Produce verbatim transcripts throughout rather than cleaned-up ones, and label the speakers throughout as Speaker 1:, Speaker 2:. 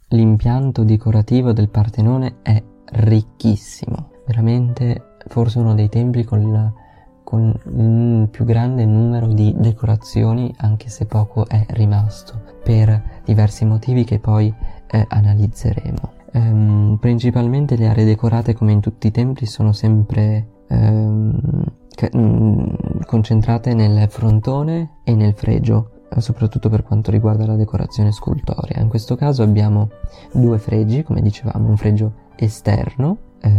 Speaker 1: l'impianto decorativo del Partenone è ricchissimo, veramente forse uno dei templi con, la, con il più grande numero di decorazioni, anche se poco è rimasto, per diversi motivi che poi eh, analizzeremo. Ehm, principalmente le aree decorate, come in tutti i templi, sono sempre ehm, che, mh, concentrate nel frontone e nel fregio, soprattutto per quanto riguarda la decorazione scultorea. In questo caso abbiamo due fregi, come dicevamo, un fregio esterno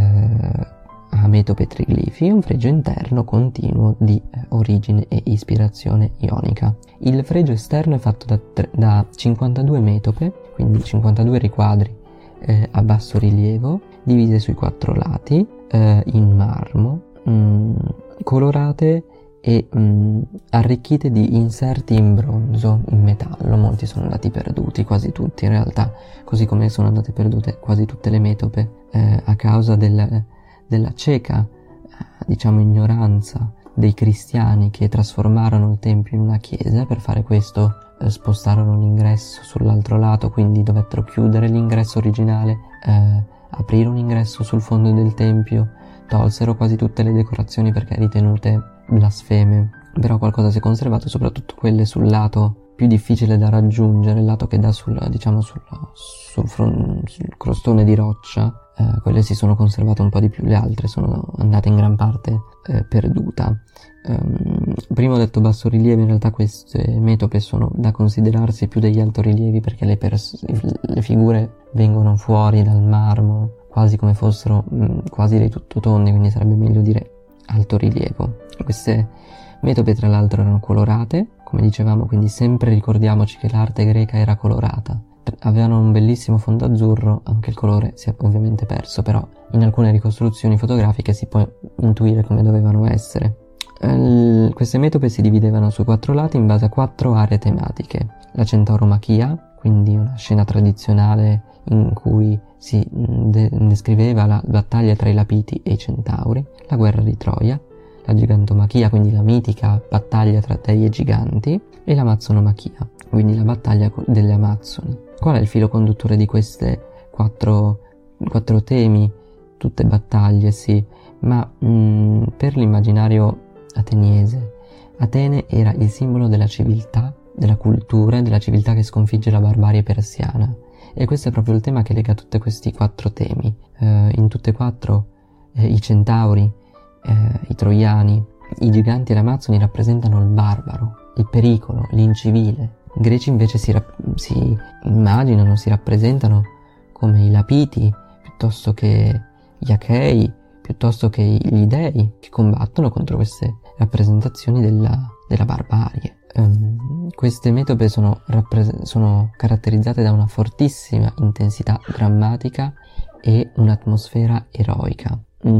Speaker 1: eh, a metope triglifi e un fregio interno continuo di eh, origine e ispirazione ionica. Il fregio esterno è fatto da, da cinquantadue metope, quindi cinquantadue riquadri eh, a basso rilievo, divise sui quattro lati, eh, in marmo, mh, colorate e mh, arricchite di inserti in bronzo, in metallo. Molti sono andati perduti, quasi tutti in realtà, così come sono andate perdute quasi tutte le metope eh, a causa del, della cieca, eh, diciamo, ignoranza dei cristiani che trasformarono il tempio in una chiesa. Per fare questo eh, spostarono l'ingresso sull'altro lato, quindi dovettero chiudere l'ingresso originale, eh, aprire un ingresso sul fondo del tempio, tolsero quasi tutte le decorazioni perché ritenute blasfeme, però qualcosa si è conservato, soprattutto quelle sul lato più difficile da raggiungere, il lato che dà sul, diciamo, sul, sul, front, sul crostone di roccia. Eh, quelle si sono conservate un po' di più, le altre sono andate in gran parte eh, perduta. Um, prima ho detto bassorilievi, in realtà queste metope sono da considerarsi più degli altorilievi, perché le, pers- le figure vengono fuori dal marmo quasi come fossero mh, quasi dei tuttotondi, quindi sarebbe meglio dire altorilievo. Queste metope tra l'altro erano colorate, come dicevamo, quindi sempre ricordiamoci che l'arte greca era colorata. Avevano un bellissimo fondo azzurro, anche il colore si è ovviamente perso, però in alcune ricostruzioni fotografiche si può intuire come dovevano essere. Eh, queste metope si dividevano su quattro lati in base a quattro aree tematiche: la Centauromachia, quindi una scena tradizionale in cui si de- descriveva la battaglia tra i Lapiti e i Centauri, la guerra di Troia, la Gigantomachia, quindi la mitica battaglia tra dei e giganti, e l'Amazzonomachia, quindi la battaglia delle Amazzoni. Qual è il filo conduttore di queste quattro, quattro temi? Tutte battaglie, sì, ma mh, per l'immaginario ateniese, Atene era il simbolo della civiltà, della cultura e della civiltà che sconfigge la barbarie persiana. E questo è proprio il tema che lega tutti questi quattro temi. Eh, in tutte e quattro eh, i centauri, eh, i troiani, i giganti e le amazzoni rappresentano il barbaro, il pericolo, l'incivile. I greci invece si, rap- si immaginano, si rappresentano come i Lapiti, piuttosto che gli Achei, piuttosto che gli dei, che combattono contro queste rappresentazioni della, della barbarie. Um, queste metope sono, rappres- sono caratterizzate da una fortissima intensità drammatica e un'atmosfera eroica.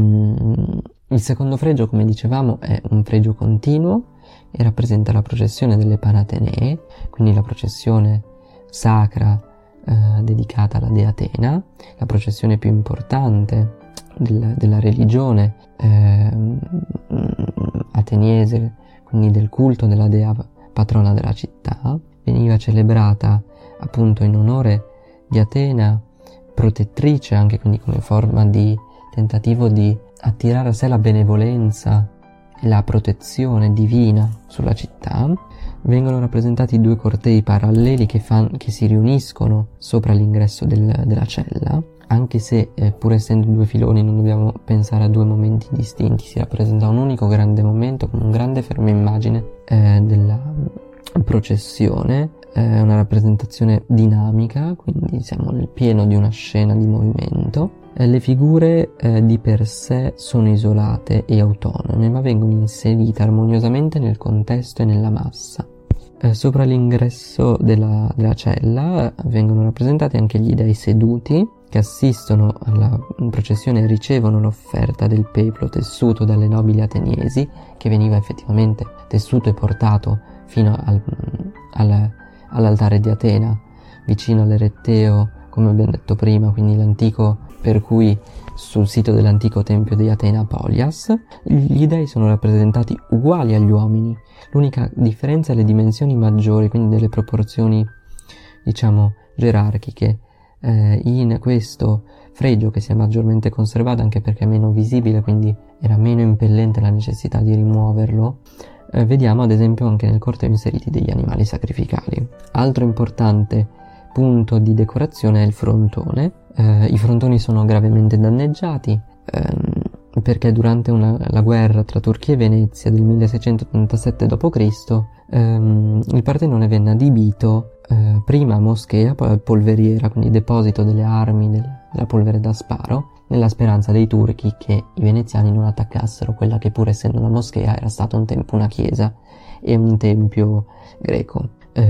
Speaker 1: Um, il secondo fregio, come dicevamo, è un fregio continuo e rappresenta la processione delle Panatenee, quindi la processione sacra eh, dedicata alla dea Atena, la processione più importante del, della religione eh, ateniese, quindi del culto della dea patrona della città. Veniva celebrata appunto in onore di Atena, protettrice, anche quindi come forma di tentativo di attirare a sé la benevolenza e la protezione divina sulla città. Vengono rappresentati due cortei paralleli che, fan, che si riuniscono sopra l'ingresso del, della cella, anche se eh, pur essendo due filoni non dobbiamo pensare a due momenti distinti, si rappresenta un unico grande momento con un grande fermo immagine eh, della processione, eh, una rappresentazione dinamica, quindi siamo nel pieno di una scena di movimento. Eh, le figure eh, di per sé sono isolate e autonome, ma vengono inserite armoniosamente nel contesto e nella massa. Eh, sopra l'ingresso della, della cella vengono rappresentati anche gli dei seduti, che assistono alla processione e ricevono l'offerta del peplo tessuto dalle nobili ateniesi, che veniva effettivamente tessuto e portato fino al, al, all'altare di Atena, vicino all'Eretteo, come abbiamo detto prima, quindi l'antico, per cui sul sito dell'antico tempio di Atena Polias. Gli dei sono rappresentati uguali agli uomini, l'unica differenza è le dimensioni maggiori, quindi delle proporzioni, diciamo, gerarchiche. eh, in questo fregio che si è maggiormente conservato anche perché è meno visibile, quindi era meno impellente la necessità di rimuoverlo, eh, vediamo ad esempio anche nel corteo inseriti degli animali sacrificali. Altro importante punto di decorazione è il frontone. Eh, i frontoni sono gravemente danneggiati ehm, perché durante una, la guerra tra Turchia e Venezia del milleseicentottantasette dopo Cristo ehm, il Partenone venne adibito eh, prima a moschea, poi a polveriera, quindi deposito delle armi, del, della polvere da sparo, nella speranza dei turchi che i veneziani non attaccassero quella che, pur essendo una moschea, era stata un tempo una chiesa e un tempio greco.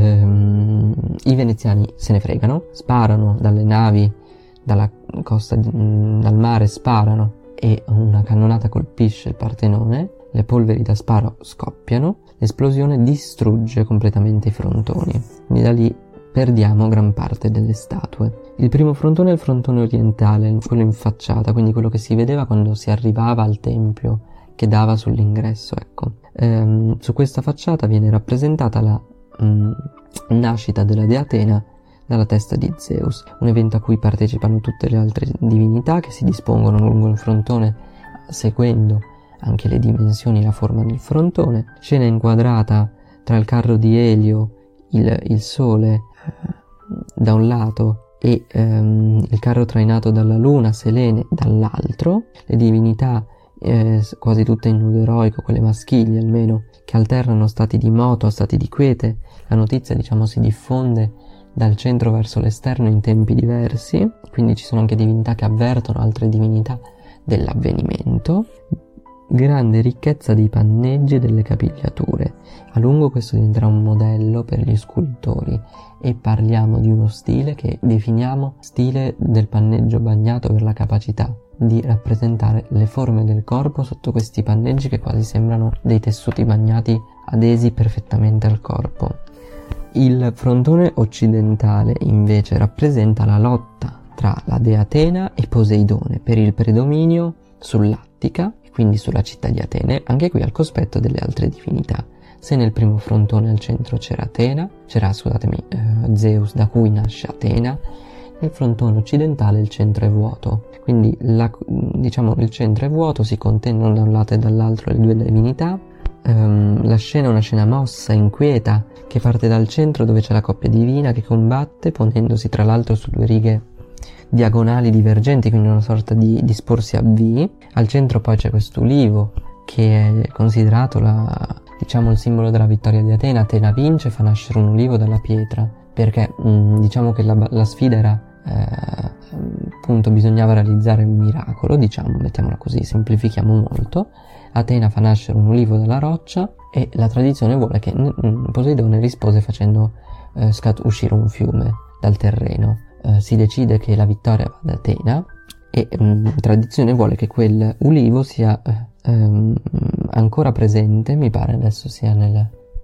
Speaker 1: Ehm, I veneziani se ne fregano, sparano dalle navi, dalla costa, dal mare sparano e una cannonata colpisce il Partenone, le polveri da sparo scoppiano, l'esplosione distrugge completamente i frontoni, quindi da lì perdiamo gran parte delle statue. Il primo frontone è il frontone orientale, quello in facciata, quindi quello che si vedeva quando si arrivava al tempio, che dava sull'ingresso, ecco. Ehm, su questa facciata viene rappresentata la mh, nascita della dea Atena dalla testa di Zeus, un evento a cui partecipano tutte le altre divinità che si dispongono lungo il frontone seguendo anche le dimensioni e la forma del frontone. Scena inquadrata tra il carro di Elio, il, il sole eh, da un lato e ehm, il carro trainato dalla luna, Selene, dall'altro, le divinità eh, quasi tutte in nudo eroico, quelle maschili almeno, che alternano stati di moto a stati di quiete. La notizia, diciamo, si diffonde dal centro verso l'esterno in tempi diversi, quindi ci sono anche divinità che avvertono altre divinità dell'avvenimento. Grande ricchezza dei panneggi e delle capigliature. A lungo questo diventerà un modello per gli scultori e parliamo di uno stile che definiamo stile del panneggio bagnato per la capacità di rappresentare le forme del corpo sotto questi panneggi che quasi sembrano dei tessuti bagnati adesi perfettamente al corpo. Il frontone occidentale invece rappresenta la lotta tra la dea Atena e Poseidone per il predominio sull'Attica, quindi sulla città di Atene, anche qui al cospetto delle altre divinità. Se nel primo frontone al centro c'era Atena, c'era, scusatemi, eh, Zeus, da cui nasce Atena, nel frontone occidentale il centro è vuoto. Quindi la, diciamo il centro è vuoto, si contendono da un lato e dall'altro le due divinità. Um, la scena è una scena mossa, inquieta, che parte dal centro dove c'è la coppia divina che combatte, ponendosi tra l'altro su due righe diagonali divergenti, quindi una sorta di disporsi a V. Al centro poi c'è questo ulivo che è considerato la, diciamo, il simbolo della vittoria di Atena. Atena vince, fa nascere un ulivo dalla pietra, perché mh, diciamo che la, la sfida era eh, appunto bisognava realizzare un miracolo, diciamo, mettiamola così, semplifichiamo molto. Atena fa nascere un ulivo dalla roccia e la tradizione vuole che mh, Poseidone rispose facendo eh, scat- uscire un fiume dal terreno. Uh, si decide che la vittoria va ad Atena e um, tradizione vuole che quel ulivo sia uh, um, ancora presente, mi pare adesso sia nel,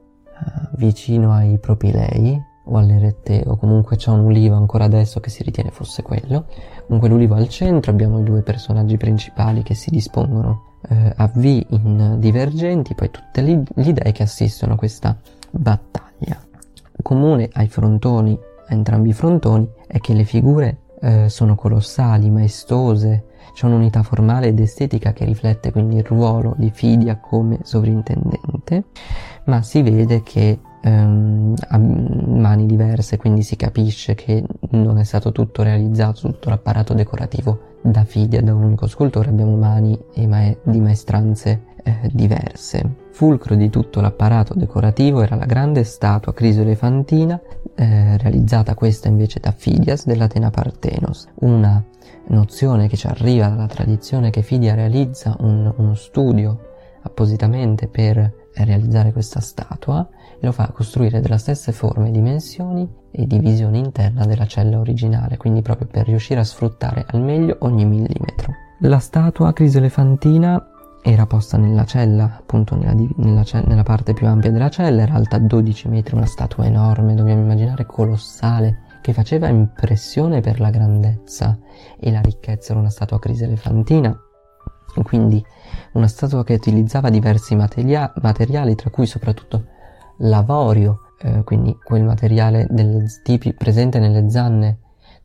Speaker 1: uh, vicino ai Propilei o alle Rettee, o comunque c'è un ulivo ancora adesso che si ritiene fosse quello. Comunque l'ulivo al centro, abbiamo i due personaggi principali che si dispongono uh, a V in divergenti, poi tutte gli, gli dei che assistono a questa battaglia. Comune ai frontoni, a entrambi i frontoni, è che le figure eh, sono colossali, maestose, c'è un'unità formale ed estetica che riflette quindi il ruolo di Fidia come sovrintendente, ma si vede che ehm, ha mani diverse, quindi si capisce che non è stato tutto realizzato, tutto l'apparato decorativo da Fidia, da un unico scultore, abbiamo mani e ma- di maestranze eh, diverse. Fulcro di tutto l'apparato decorativo era la grande statua crisoelefantina, eh, realizzata questa invece da Fidias dell'Atena Partenos, una nozione che ci arriva dalla tradizione che Fidia realizza un, uno studio appositamente per realizzare questa statua e lo fa costruire della stesse forme, dimensioni e divisione interna della cella originale, quindi proprio per riuscire a sfruttare al meglio ogni millimetro. La statua crisoelefantina era posta nella cella, appunto nella, nella, nella parte più ampia della cella, era alta dodici metri, una statua enorme, dobbiamo immaginare colossale, che faceva impressione per la grandezza e la ricchezza. Era una statua crisoelefantina, quindi una statua che utilizzava diversi materia- materiali, tra cui soprattutto l'avorio, eh, quindi quel materiale del tipi presente nelle zanne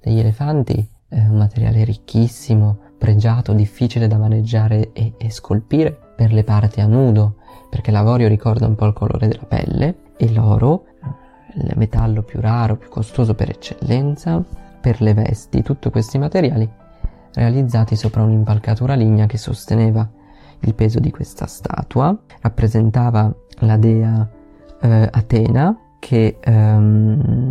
Speaker 1: degli elefanti, eh, un materiale ricchissimo, pregiato, difficile da maneggiare e, e scolpire per le parti a nudo, perché l'avorio ricorda un po' il colore della pelle, e l'oro, il metallo più raro, più costoso per eccellenza, per le vesti. Tutti questi materiali realizzati sopra un'impalcatura lignea che sosteneva il peso di questa statua, rappresentava la dea eh, Atena che ehm,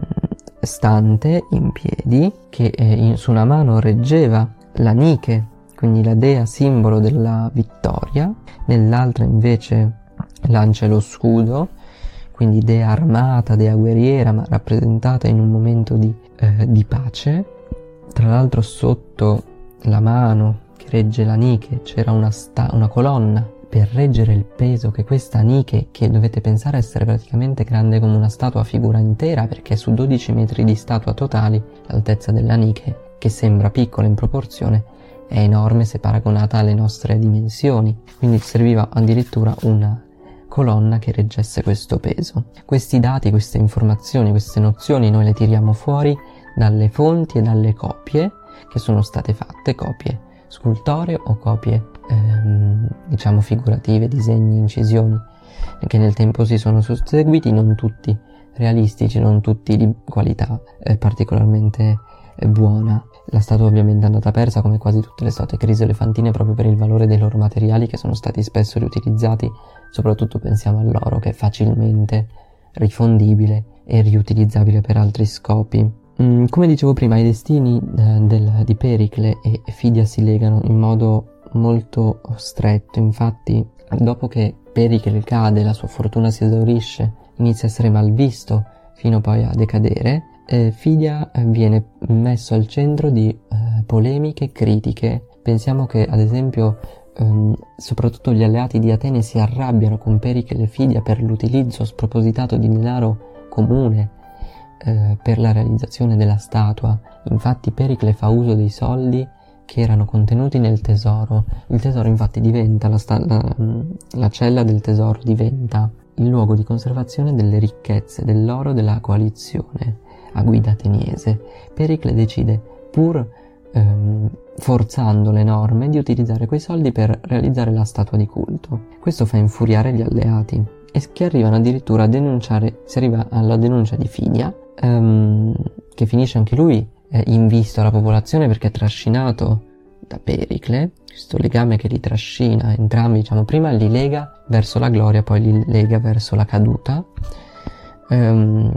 Speaker 1: stante in piedi, che eh, in, su una mano reggeva la Nike, quindi la dea simbolo della vittoria, nell'altra invece lancia lo scudo, quindi dea armata, dea guerriera, ma rappresentata in un momento di, eh, di pace. Tra l'altro sotto la mano che regge la Nike c'era una, sta- una colonna per reggere il peso che questa Nike, che dovete pensare essere praticamente grande come una statua a figura intera, perché su dodici metri di statua totali l'altezza della Nike, che sembra piccola in proporzione, è enorme se paragonata alle nostre dimensioni, quindi serviva addirittura una colonna che reggesse questo peso. Questi dati, queste informazioni, queste nozioni noi le tiriamo fuori dalle fonti e dalle copie che sono state fatte, copie scultoree o copie ehm, diciamo figurative, disegni, incisioni, che nel tempo si sono susseguiti, non tutti realistici, non tutti di qualità eh, particolarmente eh, buona. La statua ovviamente è andata persa, come quasi tutte le statue crisolefantine, proprio per il valore dei loro materiali che sono stati spesso riutilizzati, soprattutto pensiamo all'oro, che è facilmente rifondibile e riutilizzabile per altri scopi. Mm, come dicevo prima, i destini eh, del, di Pericle e Fidia si legano in modo molto stretto. Infatti, dopo che Pericle cade, la sua fortuna si esaurisce, inizia a essere malvisto fino poi a decadere, eh, Fidia eh, viene messo al centro di eh, polemiche, critiche. Pensiamo che ad esempio ehm, soprattutto gli alleati di Atene si arrabbiano con Pericle e Fidia per l'utilizzo spropositato di denaro comune eh, per la realizzazione della statua. Infatti Pericle fa uso dei soldi che erano contenuti nel tesoro. Il tesoro infatti diventa, la, sta- la, la cella del tesoro diventa il luogo di conservazione delle ricchezze dell'oro della coalizione a guida ateniese. Pericle decide, pur ehm, forzando le norme, di utilizzare quei soldi per realizzare la statua di culto. Questo fa infuriare gli alleati, e che arrivano addirittura a denunciare, si arriva alla denuncia di Fidia, ehm, che finisce anche lui eh, invisto alla popolazione perché è trascinato da Pericle, questo legame che li trascina entrambi, diciamo, prima li lega verso la gloria, poi li lega verso la caduta. Ehm,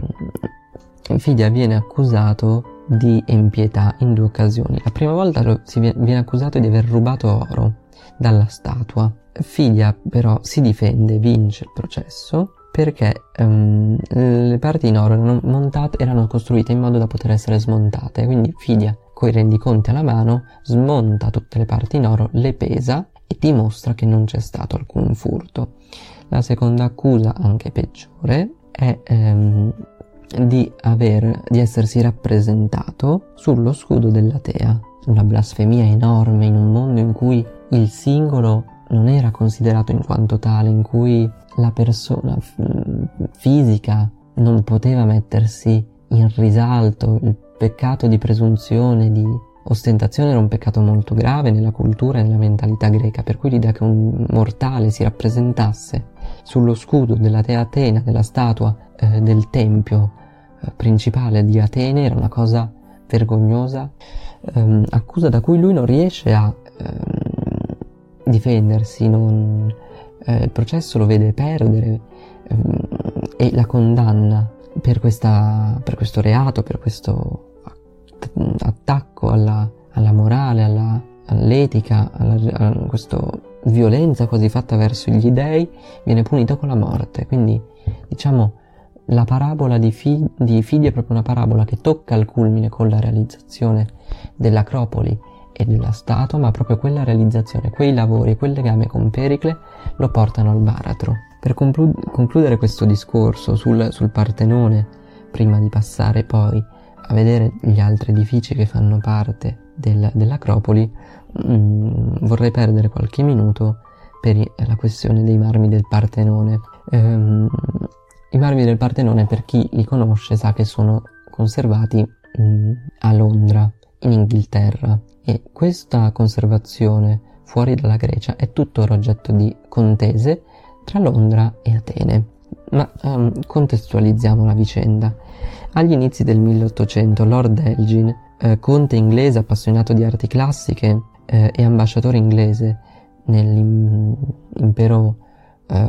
Speaker 1: Fidia viene accusato di empietà in due occasioni. La prima volta lo, si viene, viene accusato di aver rubato oro dalla statua. Fidia però si difende, vince il processo, perché um, le parti in oro erano montate, erano costruite in modo da poter essere smontate, quindi Fidia, coi rendiconti alla mano, smonta tutte le parti in oro, le pesa e dimostra che non c'è stato alcun furto. La seconda accusa, anche peggiore, è um, di aver di essersi rappresentato sullo scudo della Tea, una blasfemia enorme in un mondo in cui il singolo non era considerato in quanto tale, in cui la persona f- fisica non poteva mettersi in risalto. Il peccato di presunzione, di ostentazione era un peccato molto grave nella cultura e nella mentalità greca, per cui l'idea che un mortale si rappresentasse sullo scudo della Dea Atena, della statua eh, del tempio eh, principale di Atene, era una cosa vergognosa, ehm, accusa da cui lui non riesce a ehm, difendersi, non, eh, il processo lo vede perdere ehm, e la condanna per, questa, per questo reato, per questo attacco alla, alla morale, alla, all'etica, alla, a questa violenza quasi fatta verso gli dei, viene punito con la morte. Quindi diciamo la parabola di, Fi, di Fidia è proprio una parabola che tocca al culmine con la realizzazione dell'Acropoli e della statua, ma proprio quella realizzazione, quei lavori, quel legame con Pericle lo portano al baratro. Per conclu- concludere questo discorso sul, sul Partenone, prima di passare poi a vedere gli altri edifici che fanno parte del, dell'Acropoli, mh, vorrei perdere qualche minuto per la questione dei marmi del Partenone. Ehm, I marmi del Partenone, per chi li conosce, sa che sono conservati mh, a Londra, in Inghilterra, e questa conservazione fuori dalla Grecia è tuttora oggetto di contese tra Londra e Atene. Ma um, contestualizziamo la vicenda. Agli inizi del milleottocento Lord Elgin, eh, conte inglese appassionato di arti classiche eh, e ambasciatore inglese nell'impero eh,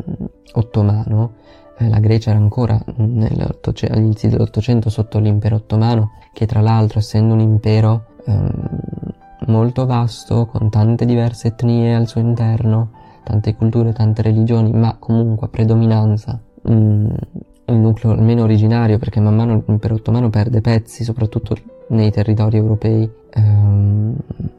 Speaker 1: ottomano, eh, la Grecia era ancora agli inizi dell'Ottocento sotto l'impero ottomano, che tra l'altro, essendo un impero eh, molto vasto, con tante diverse etnie al suo interno, tante culture, tante religioni, ma comunque a predominanza mh, il nucleo almeno originario, perché man mano l'impero ottomano perde pezzi, soprattutto nei territori europei, ehm,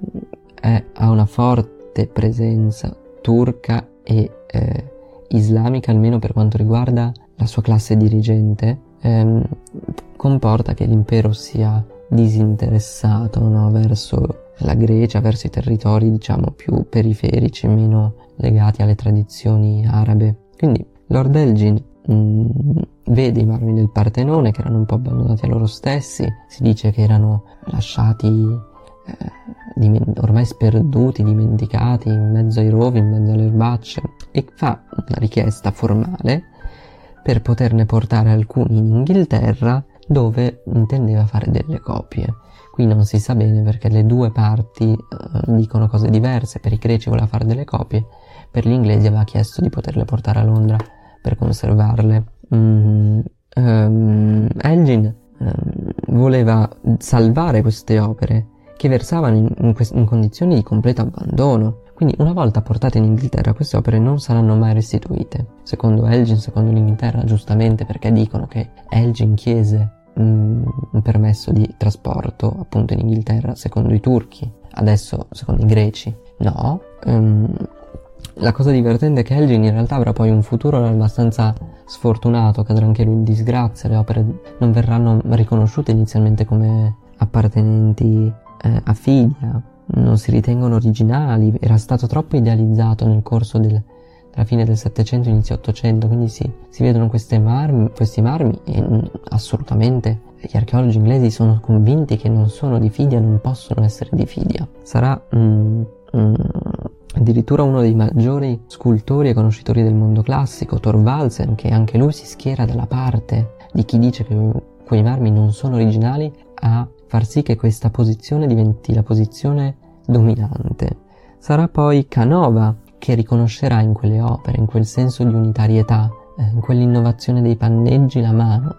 Speaker 1: è, ha una forte presenza turca e eh, islamica, almeno per quanto riguarda la sua classe dirigente, ehm, comporta che l'impero sia disinteressato, no, verso la Grecia, verso i territori diciamo più periferici, meno legati alle tradizioni arabe. Quindi Lord Elgin mh, vede i marmi del Partenone, che erano un po' abbandonati a loro stessi, si dice che erano lasciati eh, diment- ormai sperduti, dimenticati in mezzo ai rovi, in mezzo alle erbacce, e fa una richiesta formale per poterne portare alcuni in Inghilterra, dove intendeva fare delle copie. Qui non si sa bene, perché le due parti uh, dicono cose diverse. Per i greci voleva fare delle copie, per gli inglesi aveva chiesto di poterle portare a Londra per conservarle. Mm, um, Elgin um, voleva salvare queste opere che versavano in, in, que- in condizioni di completo abbandono. Quindi una volta portate in Inghilterra queste opere non saranno mai restituite. Secondo Elgin, secondo l'Inghilterra, giustamente, perché dicono che Elgin chiese mm, un permesso di trasporto appunto in Inghilterra, secondo i turchi, adesso secondo i greci no. Um, la cosa divertente è che Elgin in realtà avrà poi un futuro abbastanza sfortunato, cadrà anche lui in disgrazia, le opere non verranno riconosciute inizialmente come appartenenti eh, a Fidia, non si ritengono originali, era stato troppo idealizzato nel corso del, della fine del Settecento, inizio Ottocento, quindi si, si vedono queste marmi, questi marmi e mh, assolutamente gli archeologi inglesi sono convinti che non sono di Fidia, non possono essere di Fidia. Sarà mh, mh, addirittura uno dei maggiori scultori e conoscitori del mondo classico, Thorvaldsen, che anche lui si schiera dalla parte di chi dice che quei marmi non sono originali, a far sì che questa posizione diventi la posizione dominante. Sarà poi Canova che riconoscerà in quelle opere, in quel senso di unitarietà, eh, in quell'innovazione dei panneggi, la mano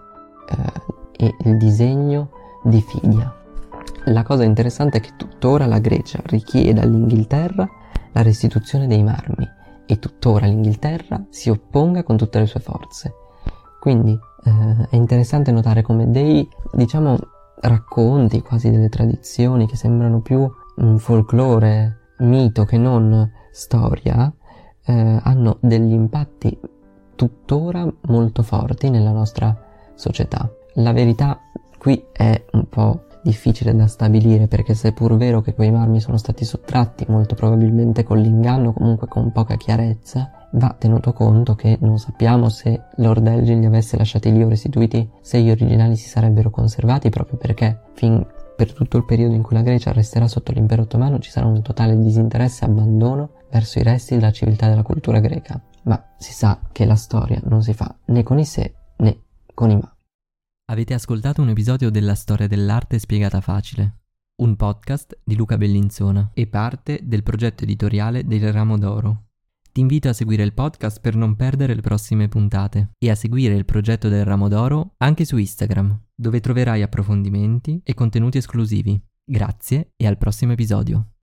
Speaker 1: eh, e il disegno di Fidia. La cosa interessante è che tuttora la Grecia richiede all'Inghilterra la restituzione dei marmi e tuttora l'Inghilterra si opponga con tutte le sue forze. Quindi eh, è interessante notare come dei, diciamo, racconti, quasi delle tradizioni che sembrano più un folklore, mito che non storia, eh, hanno degli impatti tuttora molto forti nella nostra società. La verità qui è un po' difficile da stabilire, perché se è pur vero che quei marmi sono stati sottratti, molto probabilmente con l'inganno, comunque con poca chiarezza, va tenuto conto che non sappiamo se Lord Elgin li avesse lasciati lì o restituiti, se gli originali si sarebbero conservati, proprio perché fin per tutto il periodo in cui la Grecia resterà sotto l'impero ottomano ci sarà un totale disinteresse e abbandono verso i resti della civiltà e della cultura greca. Ma si sa che la storia non si fa né con i se né con i ma.
Speaker 2: Avete ascoltato un episodio della Storia dell'arte spiegata facile, un podcast di Luca Bellinzona e parte del progetto editoriale del Ramo d'Oro. Ti invito a seguire il podcast per non perdere le prossime puntate e a seguire il progetto del Ramo d'Oro anche su Instagram, dove troverai approfondimenti e contenuti esclusivi. Grazie e al prossimo episodio.